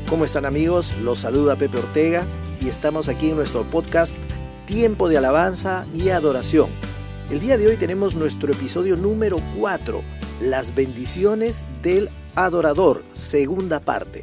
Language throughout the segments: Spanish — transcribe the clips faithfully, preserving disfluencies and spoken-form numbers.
¿Cómo están, amigos? Los saluda Pepe Ortega y estamos aquí en nuestro podcast Tiempo de Alabanza y Adoración. El día de hoy tenemos nuestro episodio número cuatro, Las bendiciones del adorador, segunda parte.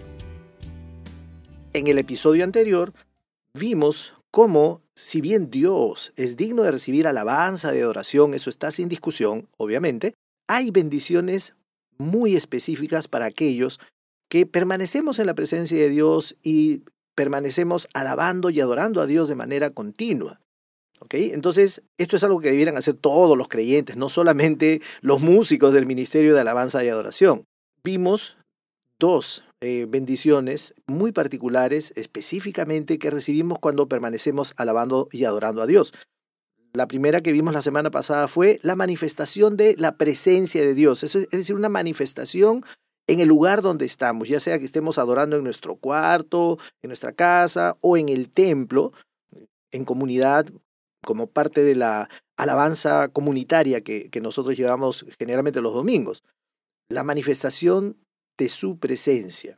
En el episodio anterior vimos cómo, si bien Dios es digno de recibir alabanza y adoración, eso está sin discusión, obviamente, hay bendiciones muy específicas para aquellos que permanecemos en la presencia de Dios y permanecemos alabando y adorando a Dios de manera continua. ¿Ok? Entonces, esto es algo que debieran hacer todos los creyentes, no solamente los músicos del Ministerio de Alabanza y Adoración. Vimos dos eh, bendiciones muy particulares, específicamente, que recibimos cuando permanecemos alabando y adorando a Dios. La primera que vimos la semana pasada fue la manifestación de la presencia de Dios, eso es, es decir, una manifestación en el lugar donde estamos, ya sea que estemos adorando en nuestro cuarto, en nuestra casa o en el templo, en comunidad, como parte de la alabanza comunitaria que, que nosotros llevamos generalmente los domingos. La manifestación de su presencia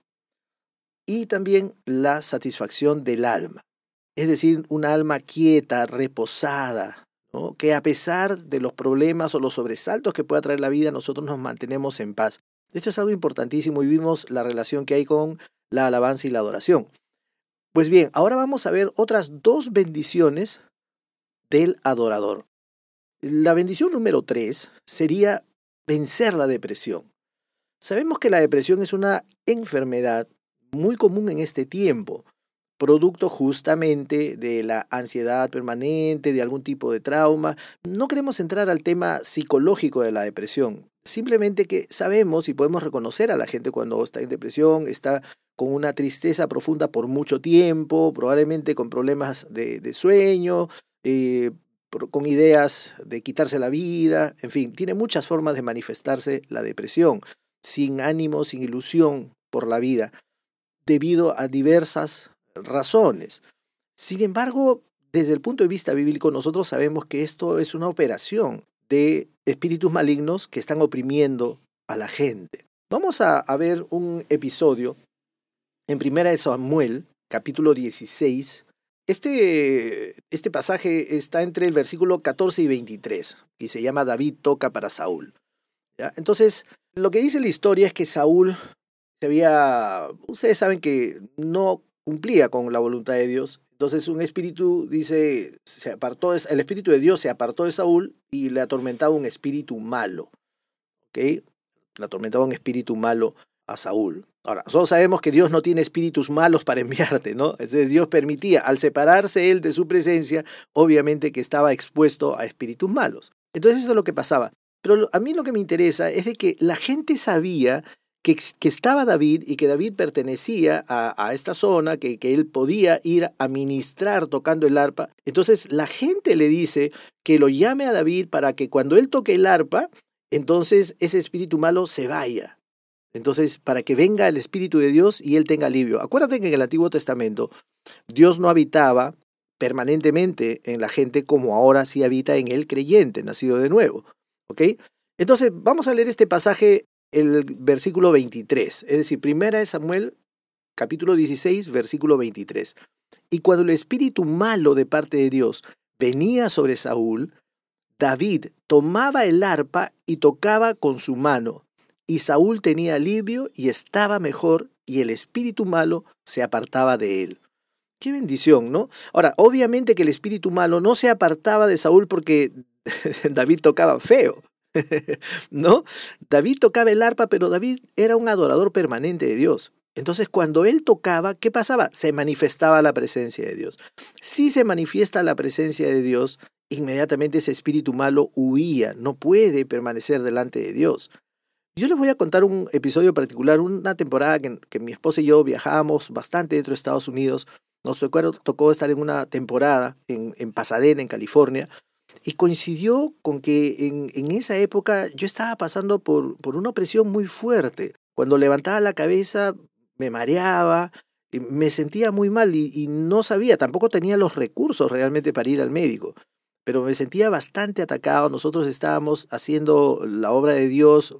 y también la satisfacción del alma, es decir, un alma quieta, reposada, ¿no? Que a pesar de los problemas o los sobresaltos que pueda traer la vida, nosotros nos mantenemos en paz. Esto es algo importantísimo y vimos la relación que hay con la alabanza y la adoración. Pues bien, ahora vamos a ver otras dos bendiciones del adorador. La bendición número tres sería vencer la depresión. Sabemos que la depresión es una enfermedad muy común en este tiempo, producto justamente de la ansiedad permanente, de algún tipo de trauma. No queremos entrar al tema psicológico de la depresión, simplemente que sabemos y podemos reconocer a la gente cuando está en depresión, está con una tristeza profunda por mucho tiempo, probablemente con problemas de, de sueño, eh, por, con ideas de quitarse la vida, en fin, tiene muchas formas de manifestarse la depresión, sin ánimo, sin ilusión por la vida, debido a diversas razones. Sin embargo, desde el punto de vista bíblico, nosotros sabemos que esto es una operación de espíritus malignos que están oprimiendo a la gente. Vamos a, a ver un episodio en Primera de Samuel, capítulo dieciséis. Este, este pasaje está entre el versículo catorce y veintitrés y se llama David toca para Saúl. ¿Ya? Entonces, lo que dice la historia es que Saúl se había, ustedes saben que no cumplía con la voluntad de Dios. Entonces un espíritu, dice, se apartó, el espíritu de Dios se apartó de Saúl y le atormentaba un espíritu malo. ¿Ok? Le atormentaba un espíritu malo a Saúl. Ahora, nosotros sabemos que Dios no tiene espíritus malos para enviarte, ¿no? Entonces Dios permitía, al separarse él de su presencia, obviamente que estaba expuesto a espíritus malos. Entonces eso es lo que pasaba. Pero a mí lo que me interesa es de que la gente sabía Que, que estaba David y que David pertenecía a, a esta zona, que, que él podía ir a ministrar tocando el arpa. Entonces la gente le dice que lo llame a David para que cuando él toque el arpa, entonces ese espíritu malo se vaya. Entonces, para que venga el Espíritu de Dios y él tenga alivio. Acuérdate que en el Antiguo Testamento Dios no habitaba permanentemente en la gente como ahora sí habita en el creyente, nacido de nuevo. ¿Ok? Entonces, vamos a leer este pasaje, el versículo veintitrés, es decir, Primera de Samuel, capítulo dieciséis, versículo veintitrés. Y cuando el espíritu malo de parte de Dios venía sobre Saúl, David tomaba el arpa y tocaba con su mano, y Saúl tenía alivio y estaba mejor, y el espíritu malo se apartaba de él. ¡Qué bendición!, ¿no? Ahora, obviamente que el espíritu malo no se apartaba de Saúl porque David tocaba feo. ¿No? David tocaba el arpa, pero David era un adorador permanente de Dios. Entonces, cuando él tocaba, ¿qué pasaba? Se manifestaba la presencia de Dios. Si se manifiesta la presencia de Dios, inmediatamente ese espíritu malo huía, no puede permanecer delante de Dios. Yo les voy a contar un episodio particular, una temporada que, que mi esposa y yo viajábamos bastante dentro de Estados Unidos. Nos tocó, tocó estar en una temporada en, en Pasadena, en California. Y coincidió con que en, en esa época yo estaba pasando por, por una opresión muy fuerte. Cuando levantaba la cabeza me mareaba, me sentía muy mal y, y no sabía, tampoco tenía los recursos realmente para ir al médico. Pero me sentía bastante atacado. Nosotros estábamos haciendo la obra de Dios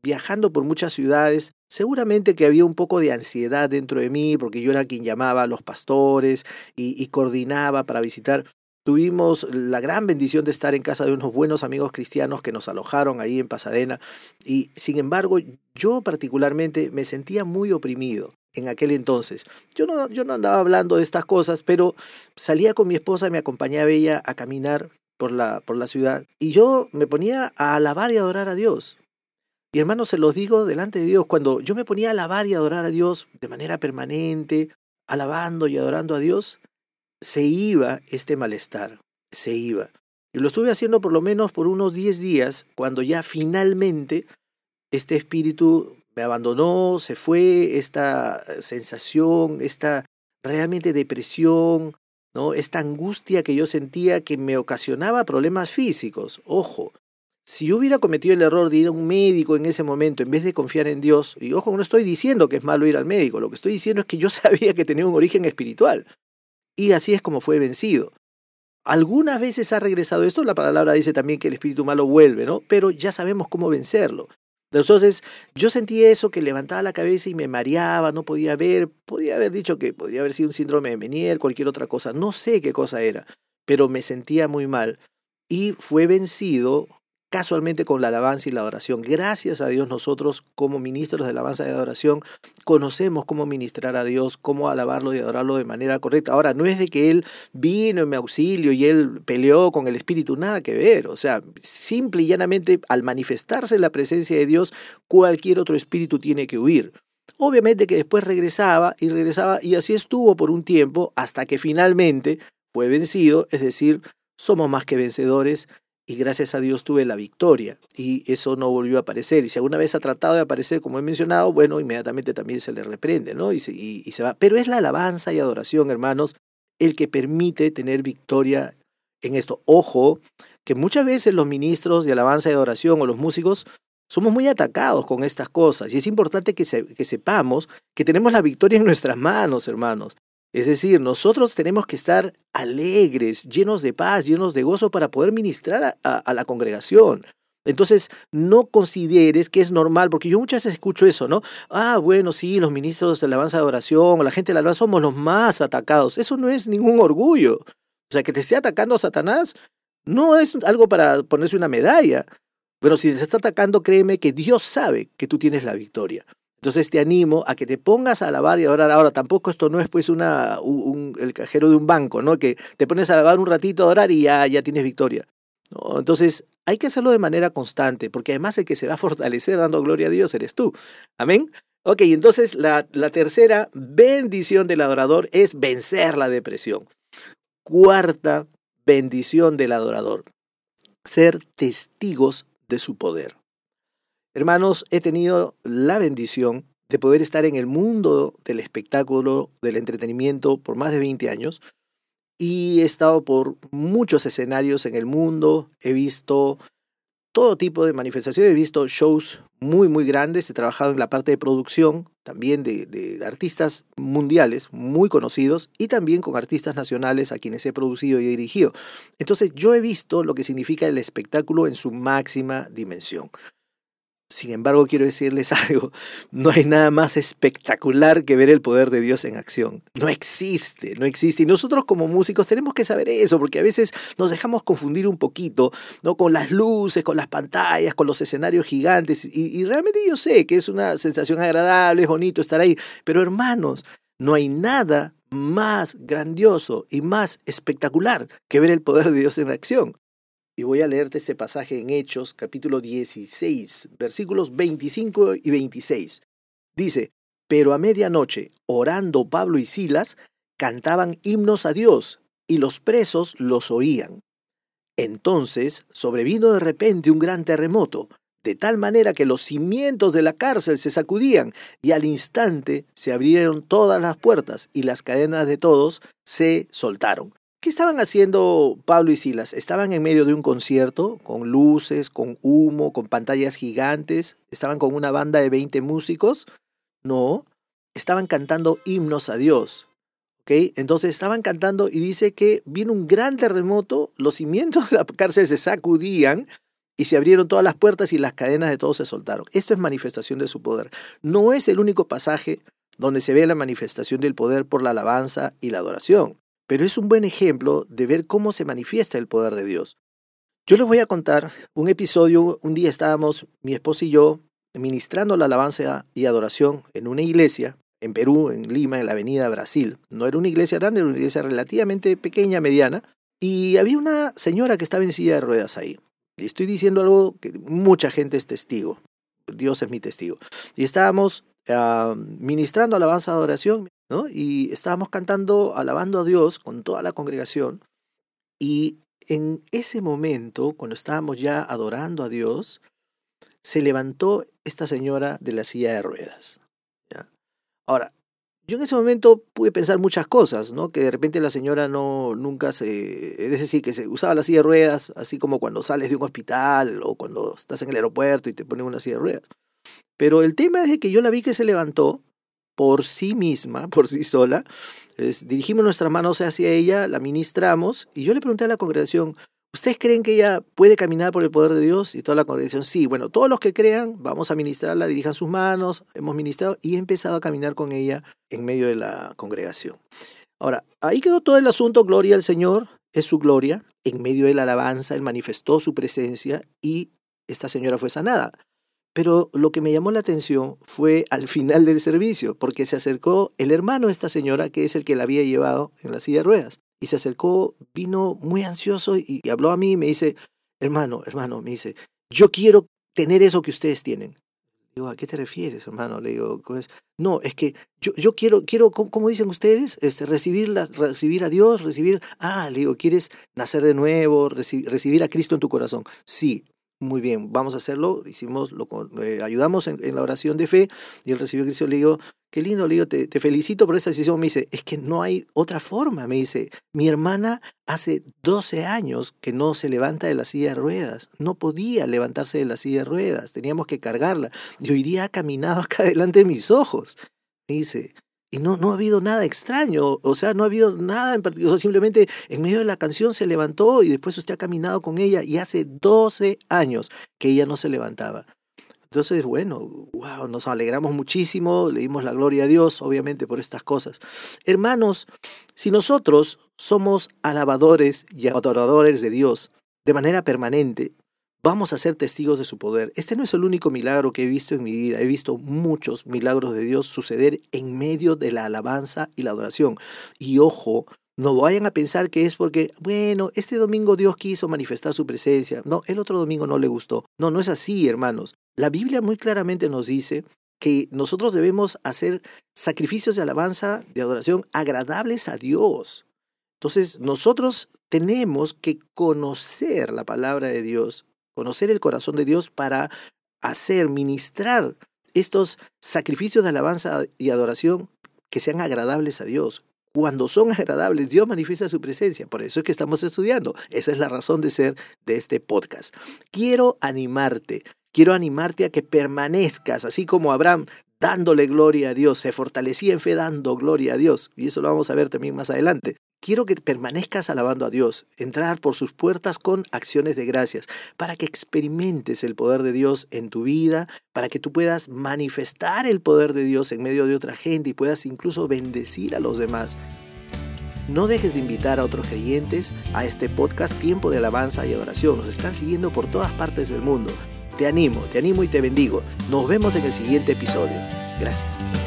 viajando por muchas ciudades, seguramente que había un poco de ansiedad dentro de mí, porque yo era quien llamaba a los pastores y, y coordinaba para visitar. Tuvimos la gran bendición de estar en casa de unos buenos amigos cristianos que nos alojaron ahí en Pasadena y sin embargo yo particularmente me sentía muy oprimido en aquel entonces. Yo no, yo no andaba hablando de estas cosas, pero salía con mi esposa, me acompañaba ella a caminar por la, por la ciudad y yo me ponía a alabar y adorar a Dios. Y hermanos, se los digo delante de Dios, cuando yo me ponía a alabar y adorar a Dios de manera permanente, alabando y adorando a Dios, se iba este malestar, se iba. Y lo estuve haciendo por lo menos por unos diez días, cuando ya finalmente este espíritu me abandonó, se fue, esta sensación, esta realmente depresión, ¿no? Esta angustia que yo sentía que me ocasionaba problemas físicos. Ojo, si yo hubiera cometido el error de ir a un médico en ese momento en vez de confiar en Dios, y ojo, no estoy diciendo que es malo ir al médico, lo que estoy diciendo es que yo sabía que tenía un origen espiritual. Y así es como fue vencido. Algunas veces ha regresado esto, la palabra dice también que el espíritu malo vuelve, ¿no? Pero ya sabemos cómo vencerlo. Entonces, yo sentí eso, que levantaba la cabeza y me mareaba, no podía ver, podía haber dicho que podría haber sido un síndrome de Meniere, cualquier otra cosa, no sé qué cosa era, pero me sentía muy mal y fue vencido casualmente con la alabanza y la adoración. Gracias a Dios nosotros como ministros de alabanza y adoración conocemos cómo ministrar a Dios, cómo alabarlo y adorarlo de manera correcta. Ahora, no es de que Él vino en mi auxilio y Él peleó con el Espíritu, nada que ver. O sea, simple y llanamente al manifestarse la presencia de Dios, cualquier otro espíritu tiene que huir. Obviamente que después regresaba y regresaba y así estuvo por un tiempo hasta que finalmente fue vencido, es decir, somos más que vencedores. Y gracias a Dios tuve la victoria y eso no volvió a aparecer. Y si alguna vez ha tratado de aparecer, como he mencionado, bueno, inmediatamente también se le reprende, ¿no? Y se, y, y se va. Pero es la alabanza y adoración, hermanos, el que permite tener victoria en esto. Ojo, que muchas veces los ministros de alabanza y adoración o los músicos somos muy atacados con estas cosas. Y es importante que, se, que sepamos que tenemos la victoria en nuestras manos, hermanos. Es decir, nosotros tenemos que estar alegres, llenos de paz, llenos de gozo para poder ministrar a, a, a la congregación. Entonces, no consideres que es normal, porque yo muchas veces escucho eso, ¿no? Ah, bueno, sí, los ministros de alabanza de adoración, o la gente de la alabanza somos los más atacados. Eso no es ningún orgullo. O sea, que te esté atacando a Satanás no es algo para ponerse una medalla. Pero si te está atacando, créeme que Dios sabe que tú tienes la victoria. Entonces te animo a que te pongas a alabar y adorar. Ahora, tampoco esto no es pues una, un, el cajero de un banco, ¿no? Que te pones a alabar un ratito, a adorar y ya, ya tienes victoria. ¿No? Entonces hay que hacerlo de manera constante, porque además el que se va a fortalecer dando gloria a Dios eres tú. Amén. Ok, entonces la, la tercera bendición del adorador es vencer la depresión. Cuarta bendición del adorador, ser testigos de su poder. Hermanos, he tenido la bendición de poder estar en el mundo del espectáculo, del entretenimiento por más de veinte años y he estado por muchos escenarios en el mundo, he visto todo tipo de manifestaciones, he visto shows muy muy grandes, he trabajado en la parte de producción también de, de artistas mundiales muy conocidos y también con artistas nacionales a quienes he producido y he dirigido. Entonces yo he visto lo que significa el espectáculo en su máxima dimensión. Sin embargo, quiero decirles algo, no hay nada más espectacular que ver el poder de Dios en acción. No existe, no existe. Y nosotros como músicos tenemos que saber eso, porque a veces nos dejamos confundir un poquito, ¿no? Con las luces, con las pantallas, con los escenarios gigantes. Y, y realmente yo sé que es una sensación agradable, es bonito estar ahí. Pero hermanos, no hay nada más grandioso y más espectacular que ver el poder de Dios en acción. Y voy a leerte este pasaje en Hechos, capítulo dieciséis, versículos veinticinco y veintiséis. Dice, pero a medianoche, orando Pablo y Silas, cantaban himnos a Dios, y los presos los oían. Entonces sobrevino de repente un gran terremoto, de tal manera que los cimientos de la cárcel se sacudían, y al instante se abrieron todas las puertas, y las cadenas de todos se soltaron. ¿Qué estaban haciendo Pablo y Silas? Estaban en medio de un concierto, con luces, con humo, con pantallas gigantes. ¿Estaban con una banda de veinte músicos? No, estaban cantando himnos a Dios. ¿Okay? Entonces estaban cantando y dice que vino un gran terremoto, los cimientos de la cárcel se sacudían y se abrieron todas las puertas y las cadenas de todos se soltaron. Esto es manifestación de su poder. No es el único pasaje donde se ve la manifestación del poder por la alabanza y la adoración, pero es un buen ejemplo de ver cómo se manifiesta el poder de Dios. Yo les voy a contar un episodio. Un día estábamos, mi esposa y yo, ministrando la alabanza y adoración en una iglesia en Perú, en Lima, en la avenida Brasil. No era una iglesia grande, era una iglesia relativamente pequeña, mediana, y había una señora que estaba en silla de ruedas ahí. Y estoy diciendo algo que mucha gente es testigo. Dios es mi testigo. Y estábamos uh, ministrando alabanza y adoración, ¿no? Y estábamos cantando, alabando a Dios con toda la congregación. Y en ese momento, cuando estábamos ya adorando a Dios, se levantó esta señora de la silla de ruedas. ¿Ya? Ahora, yo en ese momento pude pensar muchas cosas, ¿no? Que de repente la señora no nunca se... Es decir, que se usaba la silla de ruedas, así como cuando sales de un hospital o cuando estás en el aeropuerto y te ponen una silla de ruedas. Pero el tema es que yo la vi que se levantó por sí misma, por sí sola. Es, dirigimos nuestras manos hacia ella, la ministramos, y yo le pregunté a la congregación, ¿ustedes creen que ella puede caminar por el poder de Dios? Y toda la congregación, sí. Bueno, todos los que crean, vamos a ministrarla, dirijan sus manos, hemos ministrado y he empezado a caminar con ella en medio de la congregación. Ahora, ahí quedó todo el asunto, gloria al Señor, es su gloria. En medio de la alabanza, Él manifestó su presencia y esta señora fue sanada. Pero lo que me llamó la atención fue al final del servicio, porque se acercó el hermano de esta señora, que es el que la había llevado en la silla de ruedas. Y se acercó, vino muy ansioso y, y habló a mí y me dice, hermano, hermano, me dice, yo quiero tener eso que ustedes tienen. Digo, ¿a qué te refieres, hermano? Le digo, pues, no, es que yo, yo quiero, quiero, ¿cómo, cómo dicen ustedes? Este, recibir, la, recibir a Dios, recibir, ah, le digo, ¿quieres nacer de nuevo, reci- recibir a Cristo en tu corazón? Sí. Muy bien, vamos a hacerlo. Hicimos, lo, eh, ayudamos en, en la oración de fe y él recibió a Cristo. Le digo, qué lindo, le digo, te, te felicito por esta decisión. Me dice, es que no hay otra forma. Me dice, mi hermana hace doce años que no se levanta de la silla de ruedas. No podía levantarse de la silla de ruedas. Teníamos que cargarla. Y hoy día ha caminado acá delante de mis ojos. Me dice, y no, no ha habido nada extraño, o sea, no ha habido nada en particular, o sea, simplemente en medio de la canción se levantó y después usted ha caminado con ella y hace doce años que ella no se levantaba. Entonces, bueno, wow, nos alegramos muchísimo, le dimos la gloria a Dios, obviamente, por estas cosas. Hermanos, si nosotros somos alabadores y adoradores de Dios de manera permanente, vamos a ser testigos de su poder. Este no es el único milagro que he visto en mi vida. He visto muchos milagros de Dios suceder en medio de la alabanza y la adoración. Y ojo, no vayan a pensar que es porque, bueno, este domingo Dios quiso manifestar su presencia. No, el otro domingo no le gustó. No, no es así, hermanos. La Biblia muy claramente nos dice que nosotros debemos hacer sacrificios de alabanza, de adoración, agradables a Dios. Entonces, nosotros tenemos que conocer la palabra de Dios, conocer el corazón de Dios para hacer, ministrar estos sacrificios de alabanza y adoración que sean agradables a Dios. Cuando son agradables, Dios manifiesta su presencia. Por eso es que estamos estudiando. Esa es la razón de ser de este podcast. Quiero animarte, quiero animarte a que permanezcas, así como Abraham, dándole gloria a Dios, se fortalecía en fe dando gloria a Dios. Y eso lo vamos a ver también más adelante. Quiero que permanezcas alabando a Dios, entrar por sus puertas con acciones de gracias, para que experimentes el poder de Dios en tu vida, para que tú puedas manifestar el poder de Dios en medio de otra gente y puedas incluso bendecir a los demás. No dejes de invitar a otros creyentes a este podcast Tiempo de Alabanza y Adoración. Nos están siguiendo por todas partes del mundo. Te animo, te animo y te bendigo. Nos vemos en el siguiente episodio. Gracias.